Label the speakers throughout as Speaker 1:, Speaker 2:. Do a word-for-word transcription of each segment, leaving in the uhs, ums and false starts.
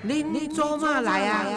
Speaker 1: 恁做嘛来啊？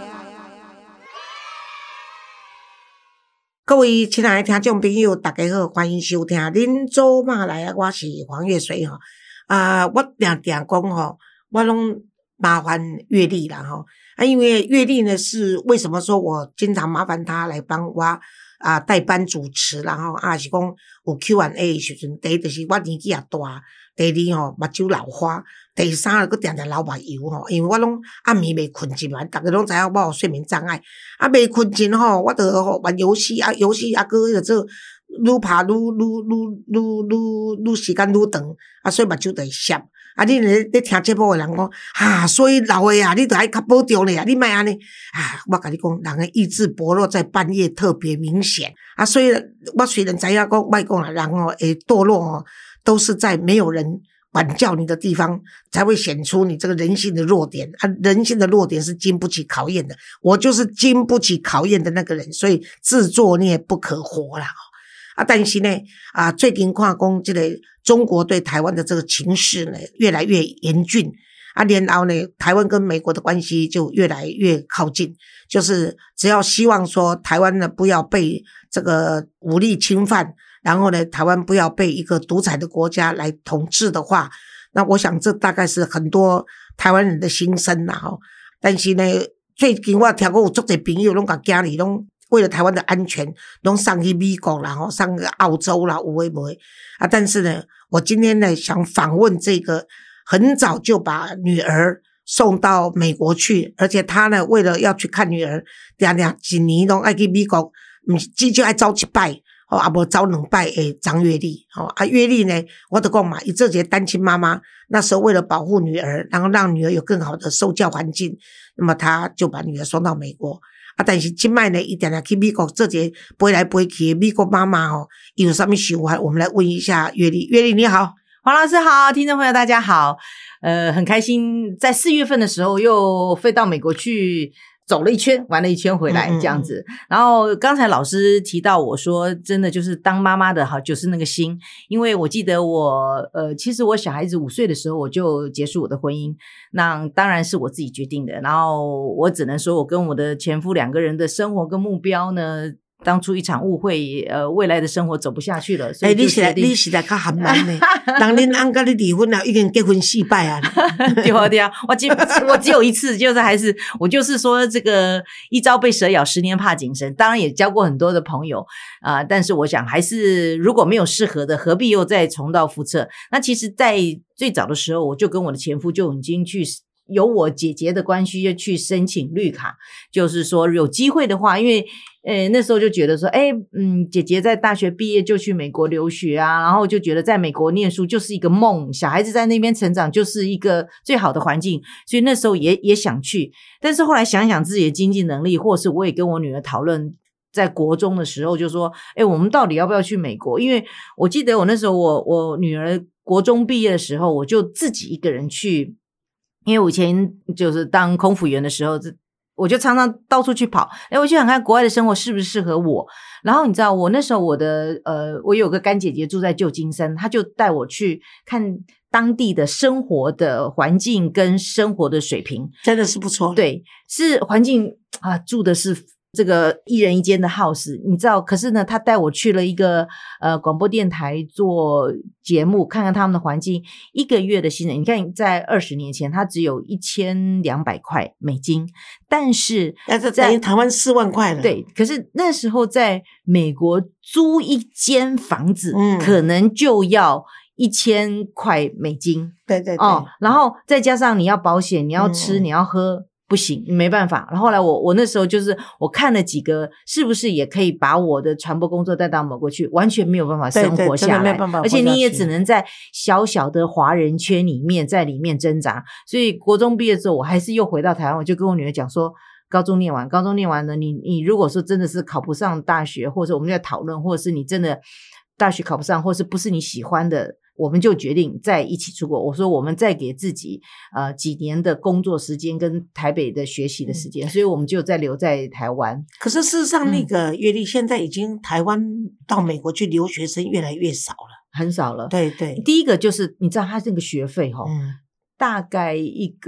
Speaker 1: 各位亲爱的听众朋友，大家好，欢迎收听恁做嘛来啊！我是黄月水吼。啊、呃，我常常讲吼，我拢麻烦月丽啦吼。啊，因为月丽呢是为什么说我经常麻烦她来帮我啊代班主持啦吼，啊是讲有 Q and A 的时阵，第一就是我年纪也大，第二吼目睭老花，第三个常常流目油吼，因为我拢暗暝袂困觉嘛，大家拢知影我有睡眠障碍，啊袂困觉吼，我著吼玩游戏啊，游戏啊，搁迄个做愈拍愈愈愈愈愈愈时间愈长，啊所以目睭就会涩。啊，你咧咧听节目诶人讲，啊，所以老诶啊，你著爱较保重咧啊，你莫安尼啊！我甲你讲，人诶意志薄弱在半夜特别明显啊，所以我虽然知影讲，莫讲啦，人哦会堕落哦，都是在没有人管教你的地方，才会显出你这个人性的弱点啊！人性的弱点是经不起考验的，我就是经不起考验的那个人，所以自作孽不可活啦。啊，但是呢，啊，最近看讲这个中国对台湾的这个情势呢，越来越严峻。啊，然后呢，台湾跟美国的关系就越来越靠近，就是只要希望说台湾呢不要被这个武力侵犯，然后呢，台湾不要被一个独裁的国家来统治的话，那我想这大概是很多台湾人的心声啦吼。但是呢，最近我听过有足侪朋友拢甲家里拢为了台湾的安全，拢上去美国啦，吼，上去澳洲啦，有诶无诶啊。但是呢，我今天呢想访问这个很早就把女儿送到美国去，而且他呢为了要去看女儿，常常一年拢爱去美国，毋是至少爱走一摆，哦，啊无走两摆诶张月丽，哦啊月丽呢，我就讲嘛，伊做一个单亲妈妈，那时候为了保护女儿，然后让女儿有更好的受教环境，那么他就把女儿送到美国。啊，但是现在呢，伊常常去美国做一个飞来飞去的美国妈妈哦，有什么想法？我们来问一下月丽。月丽你好。
Speaker 2: 黄老师好，听众朋友大家好，呃，很开心在四月份的时候又飞到美国去走了一圈，玩了一圈回来这样子。嗯嗯嗯，然后刚才老师提到我说，真的就是当妈妈的好，就是那个心。因为我记得我呃，其实我小孩子五岁的时候我就结束我的婚姻，那当然是我自己决定的。然后我只能说，我跟我的前夫两个人的生活跟目标呢，当初一场误会，呃，未来的生活走不下去了，所以就决定。
Speaker 1: 欸、你是来，你是来较含慢呢？人恁翁甲你离婚了，已经结婚四摆啊！
Speaker 2: 对啊，对啊，我只我只有一次，就是还是我就是说这个一朝被蛇咬，十年怕井绳。当然也交过很多的朋友啊、呃，但是我想还是如果没有适合的，何必又再重蹈覆辙？那其实，在最早的时候，我就跟我的前夫就已经去。有我姐姐的关系，就去申请绿卡，就是说有机会的话，因为呃那时候就觉得说，哎，嗯，姐姐在大学毕业就去美国留学啊，然后就觉得在美国念书就是一个梦，小孩子在那边成长就是一个最好的环境，所以那时候也也想去，但是后来想想自己的经济能力，或是我也跟我女儿讨论。在国中的时候就说，哎，我们到底要不要去美国？因为我记得我那时候我我女儿国中毕业的时候，我就自己一个人去。因为我以前就是当空服员的时候，我就常常到处去跑，哎，我就想看国外的生活是不是适合我。然后你知道，我那时候我的呃，我有个干姐姐住在旧金山，她就带我去看当地的生活的环境跟生活的水平，
Speaker 1: 真的是不错。
Speaker 2: 对，是环境啊，住的是。这个一人一间的 house， 你知道，可是呢，他带我去了一个呃广播电台做节目，看看他们的环境。一个月的薪水，你看，在二十年前，他只有一千两百块美金，但是
Speaker 1: 但是等于台湾四万块了。
Speaker 2: 对，可是那时候在美国租一间房子，
Speaker 1: 嗯，
Speaker 2: 可能就要一千块美金。
Speaker 1: 对对对。
Speaker 2: 哦，然后再加上你要保险，你要吃，嗯、你要喝。不行，没办法。然后后来我我那时候就是我看了几个，是不是也可以把我的传播工作带到美国去，完全没有办法生活下来，
Speaker 1: 对对，没办法活下去，
Speaker 2: 而且你也只能在小小的华人圈里面在里面挣扎。所以国中毕业之后，我还是又回到台湾，我就跟我女儿讲说，高中念完，高中念完呢，你你如果说真的是考不上大学，或者我们在讨论，或者是你真的大学考不上，或是不是你喜欢的。我们就决定再一起出国。我说我们再给自己呃几年的工作时间跟台北的学习的时间，嗯、所以我们就再留在台湾。
Speaker 1: 可是事实上，那个月丽现在已经台湾到美国去留学生越来越少了，
Speaker 2: 很少了。
Speaker 1: 对对，
Speaker 2: 第一个就是你知道他这个学费哈、哦，
Speaker 1: 嗯，
Speaker 2: 大概一个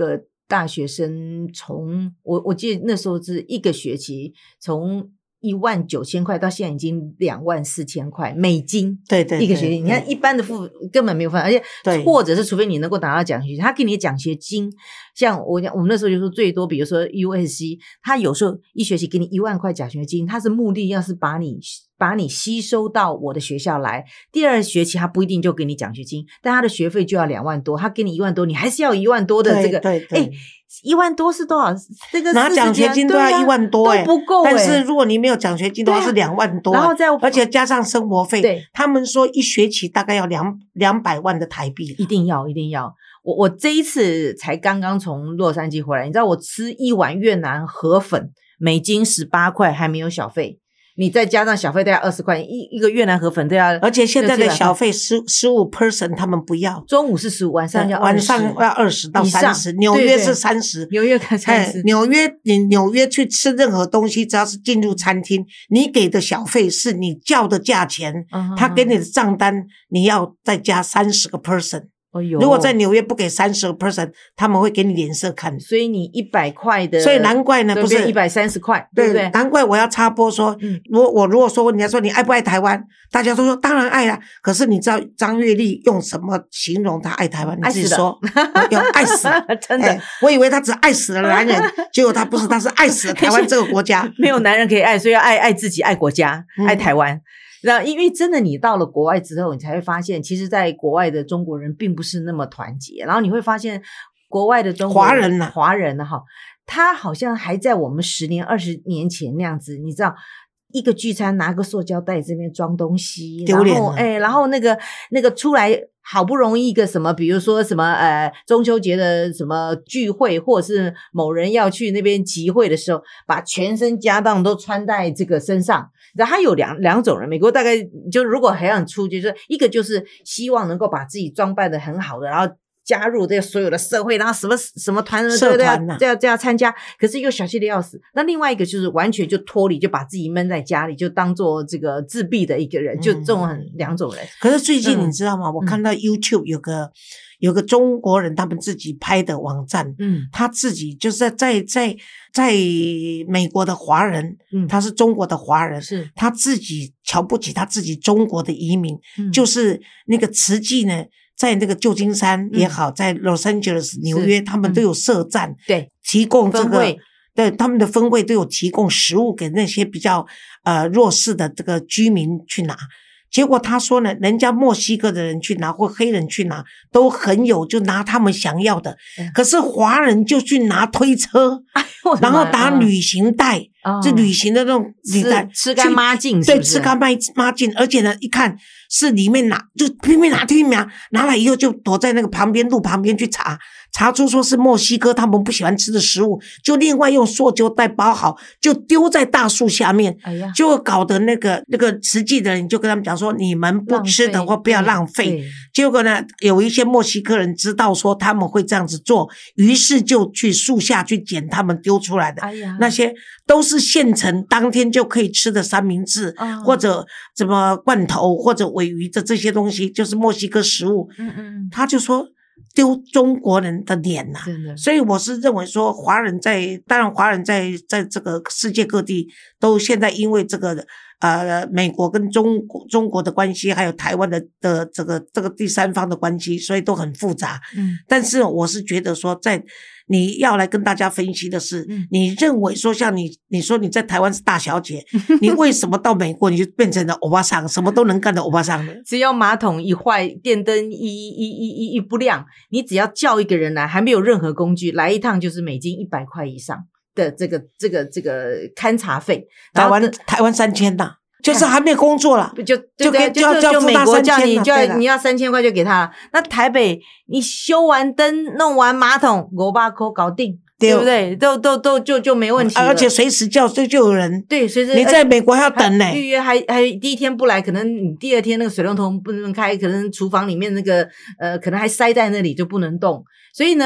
Speaker 2: 大学生从我我记得那时候是一个学期从一万九千块到现在已经两万四千块美金，
Speaker 1: 对对对，
Speaker 2: 一个学期。你看一般的付根本没有分，而且或者是除非你能够拿到奖学金，他给你的奖学金，像我我们那时候就说最多，比如说 U S C， 他有时候一学期给你一万块奖学金，他是目的要是把你把你吸收到我的学校来，第二学期他不一定就给你奖学金，但他的学费就要两万多，他给你一万多，你还是要一万多的这个，
Speaker 1: 对对对，
Speaker 2: 诶一万多是多少？这个
Speaker 1: 拿奖学金都要一万多、欸，
Speaker 2: 都不够、欸。
Speaker 1: 但是如果你没有奖学金的话是两万多、欸，
Speaker 2: 然后再
Speaker 1: 而且加上生活费，
Speaker 2: 对，
Speaker 1: 他们说一学期大概要两两百万的台币，
Speaker 2: 一定要一定要。我我这一次才刚刚从洛杉矶回来，你知道我吃一碗越南河粉，美金十八块，还没有小费。你再加上小费都要二十块，一一个越南河粉都要，
Speaker 1: 而且现在的小费十十五 person 他们不要，
Speaker 2: 中午是十五，晚上要
Speaker 1: 晚上要二十到三十，纽约是三十，
Speaker 2: 纽约看三十，
Speaker 1: 纽约你纽约去吃任何东西，只要是进入餐厅，你给的小费是你叫的价钱，嗯、他给你的账单你要再加三十个 person。
Speaker 2: 哦、
Speaker 1: 如果在纽约不给三十个 person， 他们会给你脸色看。
Speaker 2: 所以你一百块的，
Speaker 1: 所以难怪呢，不是
Speaker 2: 一百三十块，对不对？
Speaker 1: 难怪我要插播说，嗯、如果我如果说人家说你爱不爱台湾，大家都说当然爱啦。可是你知道张月丽用什么形容她爱台湾？你自己说，用爱死了，
Speaker 2: 真的、欸。
Speaker 1: 我以为他只爱死了男人，结果他不是，他是爱死了台湾这个国家。
Speaker 2: 没有男人可以爱，所以要爱爱自己，爱国家，
Speaker 1: 嗯、
Speaker 2: 爱台湾。那因为真的你到了国外之后，你才会发现其实在国外的中国人并不是那么团结，然后你会发现国外的中国
Speaker 1: 华人啊
Speaker 2: 华人啊哈，他好像还在我们十年二十年前那样子，你知道一个聚餐拿个塑胶袋这边装东西，
Speaker 1: 丢脸
Speaker 2: 了，然后哎，然后那个那个出来好不容易一个什么，比如说什么呃中秋节的什么聚会，或者是某人要去那边集会的时候，把全身家当都穿在这个身上。然后他有两两种人，美国大概就如果还想出，就是一个就是希望能够把自己装扮得很好的，然后加入这个所有的社会，然后什么什么团
Speaker 1: 社团
Speaker 2: 都要都要参加，可是又小气的要死。那另外一个就是完全就脱离，就把自己闷在家里，就当做这个自闭的一个人，就这种很两种人。
Speaker 1: 可是最近你知道吗？嗯、我看到 YouTube 有个。有个中国人他们自己拍的网站，嗯，他自己就是在在在在美国的华人，嗯，他是中国的华人，
Speaker 2: 是
Speaker 1: 他自己瞧不起他自己中国的移民，嗯、就是那个慈济呢，在那个旧金山也好，嗯、在 Los Angeles 纽约，他们都有设站，
Speaker 2: 嗯、对，
Speaker 1: 提供这个。对，他们的分会都有提供食物给那些比较呃弱势的这个居民去拿。结果他说呢，人家墨西哥的人去拿或黑人去拿都很有，就拿他们想要的。嗯、可是华人就去拿推车，哎、然后拿旅行袋，就、嗯、旅行的那种旅袋，
Speaker 2: 吃干抹净，
Speaker 1: 对，吃干抹净。而且呢，一看是里面拿，就拼命拿，拼命拿，拿来以后就躲在那个旁边路旁边去查。查出说是墨西哥他们不喜欢吃的食物，就另外用塑胶袋包好，就丢在大树下面。哎呀，就搞得那个那个慈济的人就跟他们讲说，你们不吃的话不要浪费。结果呢，有一些墨西哥人知道说他们会这样子做，于是就去树下去捡他们丢出来的。哎呀，那些都是现成当天就可以吃的三明治，哦、或者什么罐头或者鲔鱼的这些东西，就是墨西哥食物。嗯嗯，他就说。丢中国人的脸呐、啊，所以我是认为说，华人在当然华人在在这个世界各地都现在因为这个呃美国跟中国中国的关系，还有台湾的的这个这个第三方的关系，所以都很复杂。嗯，但是我是觉得说，在你要来跟大家分析的是，嗯、你认为说像你你说你在台湾是大小姐，你为什么到美国你就变成了欧巴桑，什么都能干的欧巴桑呢？
Speaker 2: 只要马桶一坏，电灯一一一一一不亮，你只要叫一个人来，还没有任何工具，来一趟就是美金一百块以上的这个这个这个勘察费。
Speaker 1: 台湾台湾三千呐。就是还没有工作了，
Speaker 2: 就就就就就美国叫你就要你要三千块就给他了。那台北你修完灯弄完马桶五百块搞定，对不对？都都都就就没问题了。
Speaker 1: 而且随时叫就就有人，
Speaker 2: 对，随时
Speaker 1: 你在美国还要等呢、欸，
Speaker 2: 预约还还第一天不来，可能你第二天那个水龙头不能开，可能厨房里面那个呃可能还塞在那里就不能动。所以呢，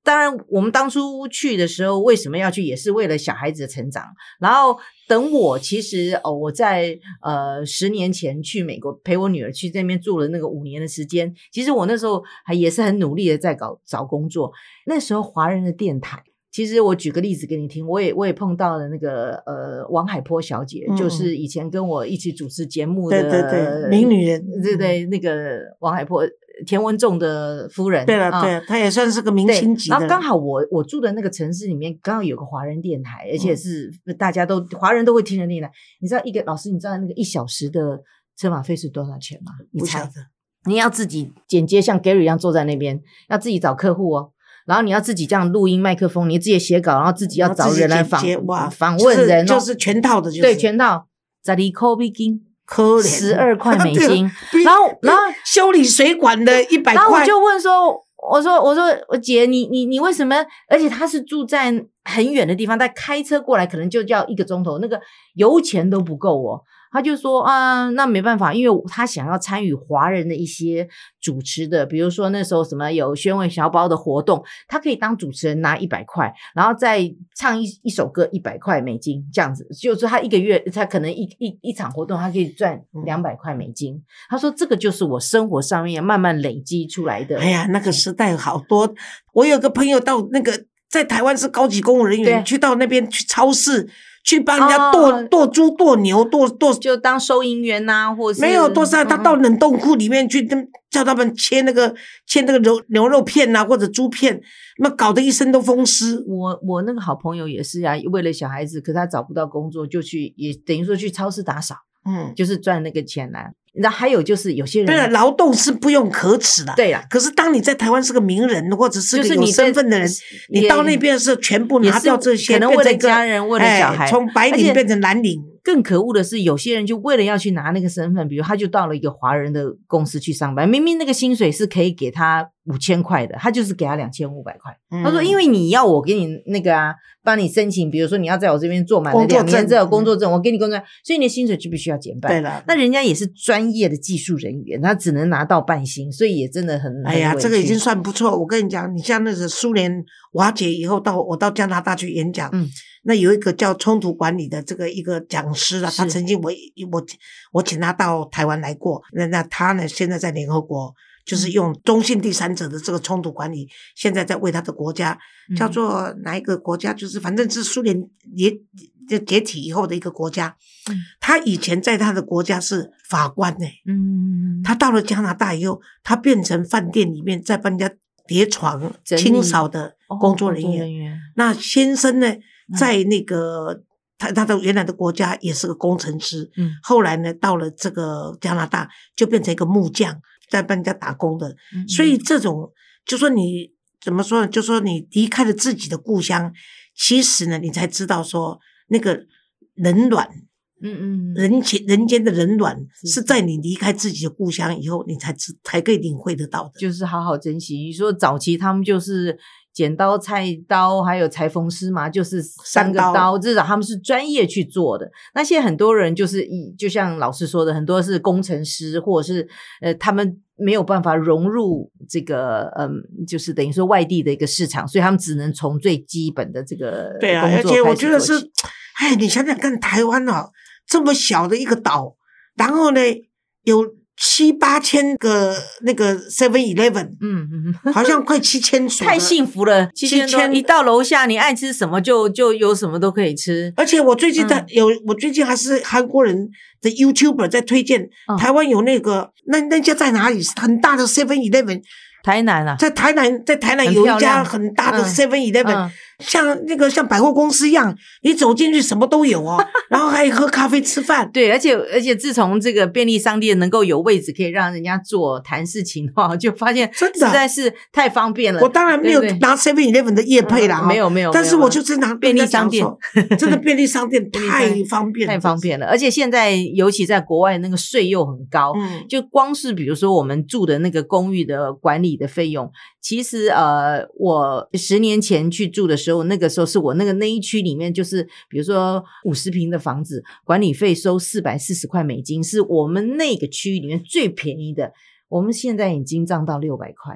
Speaker 2: 当然我们当初去的时候为什么要去，也是为了小孩子的成长。然后等我其实哦，我在呃十年前去美国陪我女儿去那边住了那个五年的时间，其实我那时候还也是很努力的在搞找工作。那时候华人的电台，其实我举个例子给你听，我也我也碰到了那个呃王海波小姐，嗯、就是以前跟我一起主持节目的
Speaker 1: 对对对名女人，
Speaker 2: 对对，那个王海波田文仲的夫人，
Speaker 1: 对了、啊、对了，她也算是个明星级的。
Speaker 2: 然后刚好我我住的那个城市里面刚好有个华人电台，而且是大家都、嗯、华人都会听的电台。你知道一个老师，你知道那个一小时的车马费是多少钱吗？你猜？你要自己剪接，像 Gary 一样坐在那边，要自己找客户哦。然后你要自己这样录音麦克风，你自己写稿，然后自己要找人来访访问人、哦
Speaker 1: 就是、就是全套的、就是，
Speaker 2: 对，全套。十二块美金，
Speaker 1: 可怜，
Speaker 2: 十二块美金。然后，然后
Speaker 1: 修理水管的一百块。
Speaker 2: 然后我就问说，我说，我说，我姐，你你你为什么？而且他是住在很远的地方，他开车过来可能就要一个钟头，那个油钱都不够哦。他就说啊，那没办法，因为他想要参与华人的一些主持的，比如说那时候什么有宣慰小宝的活动，他可以当主持人拿一百块，然后再唱一一首歌一百块美金这样子，就是他一个月他可能一一一场活动他可以赚两百块美金。他说这个就是我生活上面慢慢累积出来的。
Speaker 1: 哎呀，那个时代好多，我有个朋友到那个在台湾是高级公务人员，去到那边去超市。去帮人家剁、哦、剁猪剁牛剁剁，
Speaker 2: 就当收银员呐、啊，或是
Speaker 1: 没有多少，他到冷冻库里面去，叫他们切那个切那个牛牛肉片呐、啊，或者猪片，那搞得一身都风湿。
Speaker 2: 我我那个好朋友也是啊，为了小孩子，可是他找不到工作，就去也等于说去超市打扫，嗯，就是赚那个钱来。那还有就是有些人，
Speaker 1: 对了，劳动是不用可耻的，
Speaker 2: 对啦。
Speaker 1: 可是当你在台湾是个名人，或者是个有身份的人，就是你, 你到那边是全部拿掉这些，
Speaker 2: 可能为了家人，为了小孩，
Speaker 1: 从、哎、白领变成蓝领。
Speaker 2: 更可恶的是，有些人就为了要去拿那个身份，比如他就到了一个华人的公司去上班，明明那个薪水是可以给他五千块的，他就是给他两千五百块。他说：“因为你要我给你那个啊，帮你申请，比如说你要在我这边做满了两年之后工作证，我给你工作证，所以你的薪水就必须要减半。”
Speaker 1: 对了，
Speaker 2: 那人家也是专业的技术人员，他只能拿到半薪，所以也真的很
Speaker 1: 哎呀，这个已经算不错。我跟你讲，你像那个苏联瓦解以后，到我到加拿大去演讲，嗯。那有一个叫冲突管理的这个一个讲师啊，他曾经我我我请他到台湾来过，那那他呢现在在联合国就是用中性第三者的这个冲突管理，现在在为他的国家、嗯、叫做哪一个国家，就是反正是苏联解解体以后的一个国家、嗯、他以前在他的国家是法官呢、欸，嗯，他到了加拿大以后，他变成饭店里面在帮人家叠床清扫的工作人员，哦、工作人员那先生呢在那个他他的原来的国家也是个工程师，嗯，后来呢到了这个加拿大就变成一个木匠，在帮人家打工的，嗯，所以这种就说你怎么说呢？就说你离开了自己的故乡，其实呢你才知道说那个冷暖，嗯嗯，人间人间的冷暖是在你离开自己的故乡以后，你才知才可以领会得到的，
Speaker 2: 就是好好珍惜。你说早期他们就是剪刀、菜刀，还有裁缝师嘛，就是三个刀，至少他们是专业去做的。那现在很多人就是就像老师说的，很多是工程师，或者是呃，他们没有办法融入这个嗯，就是等于说外地的一个市场，所以他们只能从最基本的这个
Speaker 1: 对啊，而且我觉得是，哎，你想想看，台湾哦，这么小的一个岛，然后呢有七八千个那个 seven eleven， 嗯嗯，好像快七千所，
Speaker 2: 太幸福了，七千多，一到楼下你爱吃什么就就有什么都可以吃。
Speaker 1: 而且我最近在、嗯、有，我最近还是韩国人的 YouTuber 在推荐、嗯、台湾有那个那那家在哪里？很大的 seven eleven，
Speaker 2: 台南啊，
Speaker 1: 在台南，在台南有一家很大的 seven eleven。嗯嗯像那个像百货公司一样，你走进去什么都有哦，然后还喝咖啡吃饭。
Speaker 2: 对，而且而且自从这个便利商店能够有位置可以让人家坐谈事情的话，就发现实在是太方便了。
Speaker 1: 我当然没有拿 seven eleven 的业配啦、
Speaker 2: 嗯，没有没有，
Speaker 1: 但是我就是拿
Speaker 2: 便利商店，
Speaker 1: 真的便利商店太方便了，
Speaker 2: 太方便了。而且现在尤其在国外那个税又很高，嗯，就光是比如说我们住的那个公寓的管理的费用，其实呃，我十年前去住的时候，那个时候是我那个那一区里面，就是比如说五十平的房子，管理费收四百四十块美金，是我们那个区域里面最便宜的。我们现在已经涨到六百块了，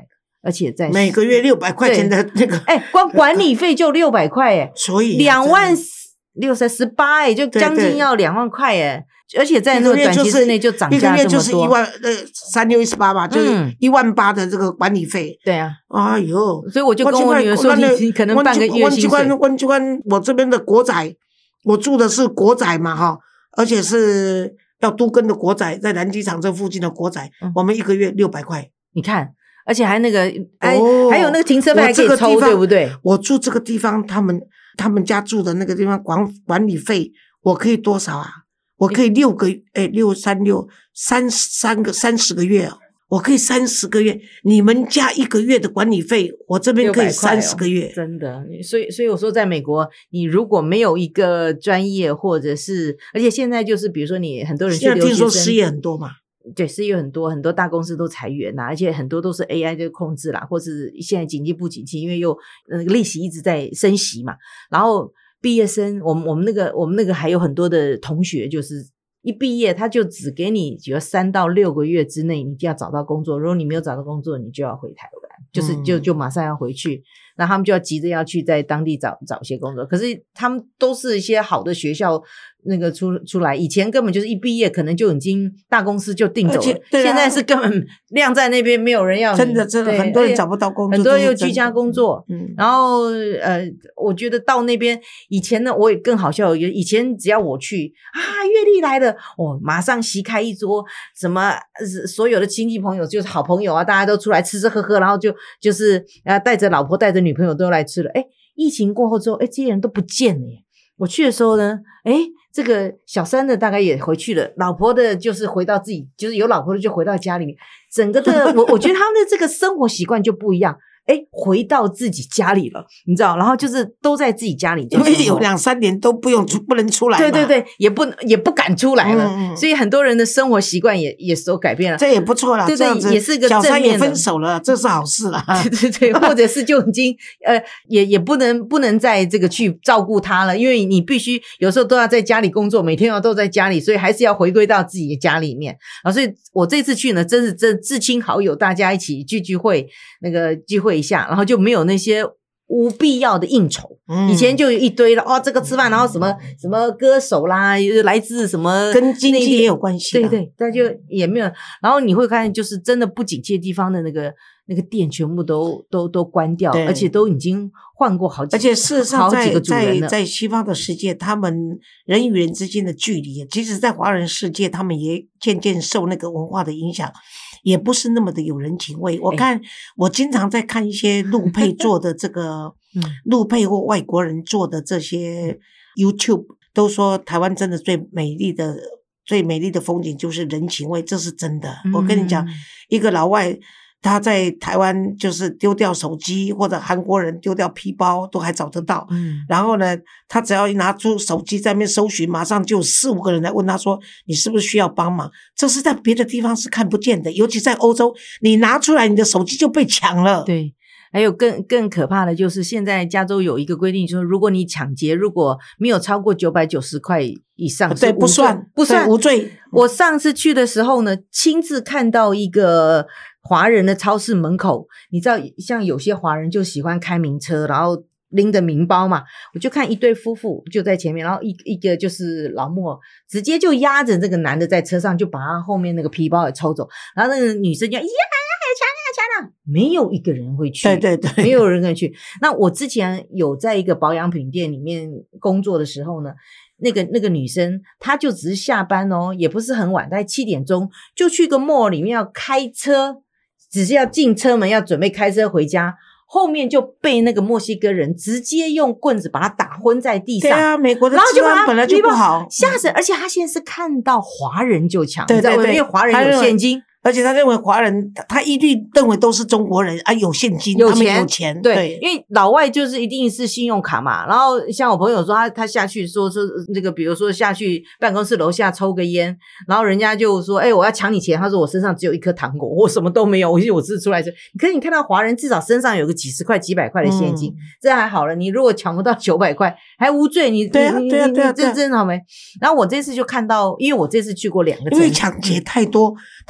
Speaker 2: 而且在
Speaker 1: 每个月六百块钱的那个，
Speaker 2: 哎，光管理费就六百块哎，
Speaker 1: 所以
Speaker 2: 两万六三十八哎，就将近要两万块哎，而且在那个短期之内就涨价这么多，
Speaker 1: 一个月就是一万呃三六一十八嘛，就是一万八的这个管理费。
Speaker 2: 对啊，
Speaker 1: 哎呦，
Speaker 2: 所以我就跟我女儿说，你可能半个月薪水。
Speaker 1: 温机关，我这边的国宅，我住的是国宅嘛哈，而且是要都更的国宅，在南机场这附近的国宅，我们一个月六百块。
Speaker 2: 你看。而且还那个，哎、哦，还有那个停车费还可以抽，对不对？
Speaker 1: 我住这个地方，他们他们家住的那个地方管管理费，我可以多少啊？我可以六个，哎，六三六三三个三十个月哦，我可以三十个月。你们家一个月的管理费，我这边可以三十个月，
Speaker 2: 哦、真的。所以，所以我说，在美国，你如果没有一个专业，或者是，而且现在就是，比如说你很多人去留学生，
Speaker 1: 现在听说失业很多嘛。
Speaker 2: 对，失业很多，很多大公司都裁员啦，而且很多都是 A I 的控制啦，或是现在经济不景气，因为又那个利息一直在升息嘛。然后毕业生，我们我们那个我们那个还有很多的同学，就是一毕业他就只给你，比如三到六个月之内，你就要找到工作。如果你没有找到工作，你就要回台湾，就是就就马上要回去。那他们就要急着要去在当地找找一些工作，可是他们都是一些好的学校那个出出来，以前根本就是一毕业可能就已经大公司就订走了，啊、现在是根本晾在那边，没有人要你，
Speaker 1: 真的真的很多人找不到工作，
Speaker 2: 很多人又居家工作，
Speaker 1: 嗯，
Speaker 2: 然后呃，我觉得到那边以前呢，我也更好笑，以前只要我去啊，月历来了，哦，马上席开一桌，什么所有的亲戚朋友就是好朋友啊，大家都出来吃吃喝喝，然后就就是啊带着老婆带着女朋友都来吃了。诶疫情过后之后，诶这些人都不见了耶。我去的时候呢，诶这个小三的大概也回去了，老婆的就是回到自己，就是有老婆的就回到家里面，整个的我我觉得他们的这个生活习惯就不一样。诶回到自己家里了，你知道，然后就是都在自己家里，
Speaker 1: 因为有两三年都不用出，不能出来嘛，
Speaker 2: 对对对，也不也不敢出来了，
Speaker 1: 嗯嗯，
Speaker 2: 所以很多人的生活习惯也也都改变了，
Speaker 1: 这也不错啦，
Speaker 2: 对对，
Speaker 1: 这
Speaker 2: 也是个正面的，
Speaker 1: 小三也分手了，这是好事啦，
Speaker 2: 对对对，或者是就已经呃，也也不能不能再这个去照顾他了，因为你必须有时候都要在家里工作，每天要都在家里，所以还是要回归到自己的家里面啊。所以我这次去呢，真是真至亲好友，大家一起聚聚会，那个聚会一下，然后就没有。有那些无必要的应酬，嗯、以前就有一堆了哦，这个吃饭，然后什么什么歌手啦，来自什么
Speaker 1: 跟经济也有关系，
Speaker 2: 对对，但就也没有。然后你会看，就是真的不景气的地方的那个那个店全部都都都关掉，而且都已经换过好几，
Speaker 1: 而且事实上在，
Speaker 2: 在在
Speaker 1: 在西方的世界，他们人与人之间的距离，即使在华人世界，他们也渐渐受那个文化的影响。也不是那么的有人情味。我看、欸、我经常在看一些陆配做的这个陆配或外国人做的这些 YouTube， 都说台湾真的最美丽的最美丽的风景就是人情味，这是真的。我跟你讲，一个老外他在台湾就是丢掉手机，或者韩国人丢掉皮包都还找得到。嗯，然后呢，他只要一拿出手机在那边搜寻，马上就有四五个人来问他说：“你是不是需要帮忙？”这是在别的地方是看不见的，尤其在欧洲，你拿出来你的手机就被抢了。
Speaker 2: 对。还有更更可怕的就是现在加州有一个规定，说如果你抢劫如果没有超过九百九十块以上，
Speaker 1: 对，不算
Speaker 2: 不算
Speaker 1: 无罪。
Speaker 2: 我上次去的时候呢，亲自看到一个华人的超市门口，你知道像有些华人就喜欢开名车，然后拎着名包嘛，我就看一对夫妇就在前面，然后一一个就是老莫直接就压着这个男的在车上，就把他后面那个皮包也抽走，然后那个女生就呀抢啊抢啊，没有一个人会去，
Speaker 1: 对对对，
Speaker 2: 没有人会去。那我之前有在一个保养品店里面工作的时候呢，那个那个女生她就只是下班哦，也不是很晚，大概七点钟就去个 mall 里面要开车，只是要进车门要准备开车回家，后面就被那个墨西哥人直接用棍子把他打昏在地上。
Speaker 1: 对啊，美国的治安本来就不好，
Speaker 2: 吓死！而且他现在是看到华人就抢，
Speaker 1: 对对对，
Speaker 2: 因为华人有现金。
Speaker 1: 而且他认为华人，他一律认为都是中国人啊，有现金，
Speaker 2: 有钱，
Speaker 1: 他们有钱，
Speaker 2: 对，
Speaker 1: 对，
Speaker 2: 因为老外就是一定是信用卡嘛。然后像我朋友说，他他下去说说那个，比如说下去办公室楼下抽个烟，然后人家就说，哎、欸，我要抢你钱。他说我身上只有一颗糖果，我什么都没有，我我只是出来说，可是你看到华人至少身上有个几十块、几百块的现金，嗯、这还好了。你如果抢不到九百块，还无罪，你
Speaker 1: 对啊对啊对啊，
Speaker 2: 这真好没。然后我这次就看到，因为我这次去过两个，
Speaker 1: 因为抢劫太多，他们监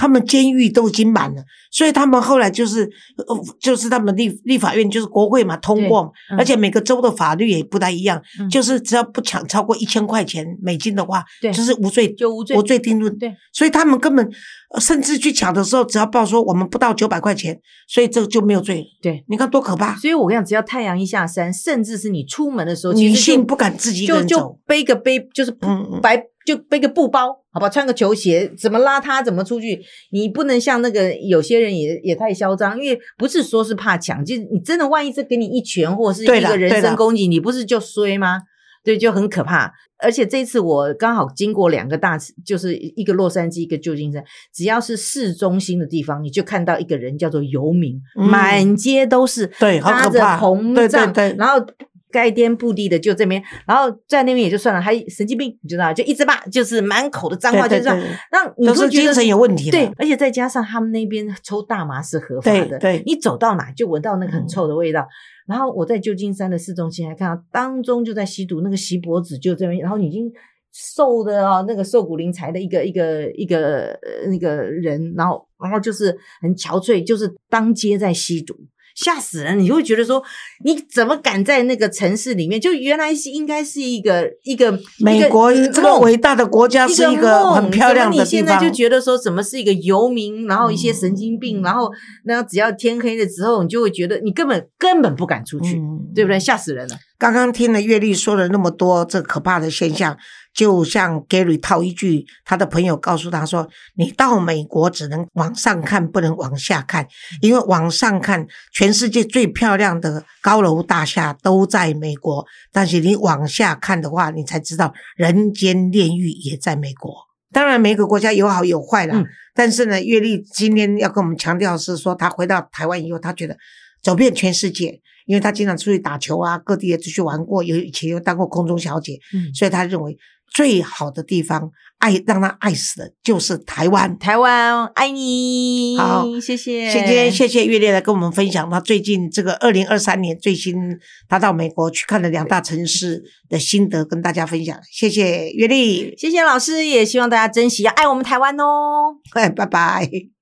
Speaker 1: 监狱都已经满了，所以他们后来就是呃就是他们立立法院就是国会嘛通过嘛，
Speaker 2: 嗯、
Speaker 1: 而且每个州的法律也不太一样，
Speaker 2: 嗯、
Speaker 1: 就是只要不抢超过一千块钱美金的话，
Speaker 2: 对，
Speaker 1: 就是无罪
Speaker 2: 就无罪
Speaker 1: 无罪定论。
Speaker 2: 对，
Speaker 1: 所以他们根本甚至去抢的时候，只要报说我们不到九百块钱，所以这个就没有罪了。
Speaker 2: 对，
Speaker 1: 你看多可怕！
Speaker 2: 所以我跟你讲，只要太阳一下山，甚至是你出门的时候，
Speaker 1: 女性不敢自己一个人走，
Speaker 2: 就就背个背就是白。嗯嗯就背个布包，好吧，穿个球鞋，怎么邋遢怎么出去。你不能像那个有些人也也太嚣张，因为不是说是怕抢，就是你真的万一这给你一拳或者是一个人身攻击，你不是就衰吗？对，就很可怕。而且这次我刚好经过两个大，就是一个洛杉矶，一个旧金山，只要是市中心的地方，你就看到一个人叫做游民，嗯、满街都是，
Speaker 1: 对，好可怕，
Speaker 2: 拿着红杖，对对对，然后。该颠布地的就这边，然后在那边也就算了，还神经病，你知道，就一直骂，就是满口的脏话，就是这样。让你
Speaker 1: 都是精神有问题的。
Speaker 2: 对，而且再加上他们那边抽大麻是合法的，
Speaker 1: 对对，
Speaker 2: 你走到哪就闻到那个很臭的味道。嗯、然后我在旧金山的市中心还看到当中就在吸毒，那个锡箔纸就这边，然后已经瘦的啊，那个瘦骨嶙峋的一个一个一个呃那个人，然后然后就是很憔悴，就是当街在吸毒。吓死人！你会觉得说，你怎么敢在那个城市里面？就原来是应该是一个一个
Speaker 1: 美国这个伟大的国家，是一个很漂亮的地方。
Speaker 2: 你现在就觉得说，什么是一个游民，然后一些神经病，嗯、然后那只要天黑了之后，你就会觉得你根本根本不敢出去，嗯、对不对？吓死人了！
Speaker 1: 刚刚听了月丽说了那么多这可怕的现象，就像 Gary 套一句，他的朋友告诉他说：“你到美国只能往上看，不能往下看，因为往上看，全世界最漂亮的高楼大厦都在美国，但是你往下看的话，你才知道人间炼狱也在美国。”当然每个国家有好有坏啦，嗯、但是呢，月丽今天要跟我们强调的是说，他回到台湾以后，他觉得走遍全世界。因为他经常出去打球啊，各地也出去玩过，有以前又当过空中小姐，嗯，所以他认为最好的地方，爱让他爱死的就是台湾。
Speaker 2: 台湾爱你，
Speaker 1: 好，
Speaker 2: 谢谢，
Speaker 1: 今天谢谢月丽来跟我们分享他最近这个二零二三年最新他到美国去看了两大城市的心得，跟大家分享。谢谢月丽，
Speaker 2: 谢谢老师，也希望大家珍惜，要爱我们台湾哦。
Speaker 1: 哎，拜拜。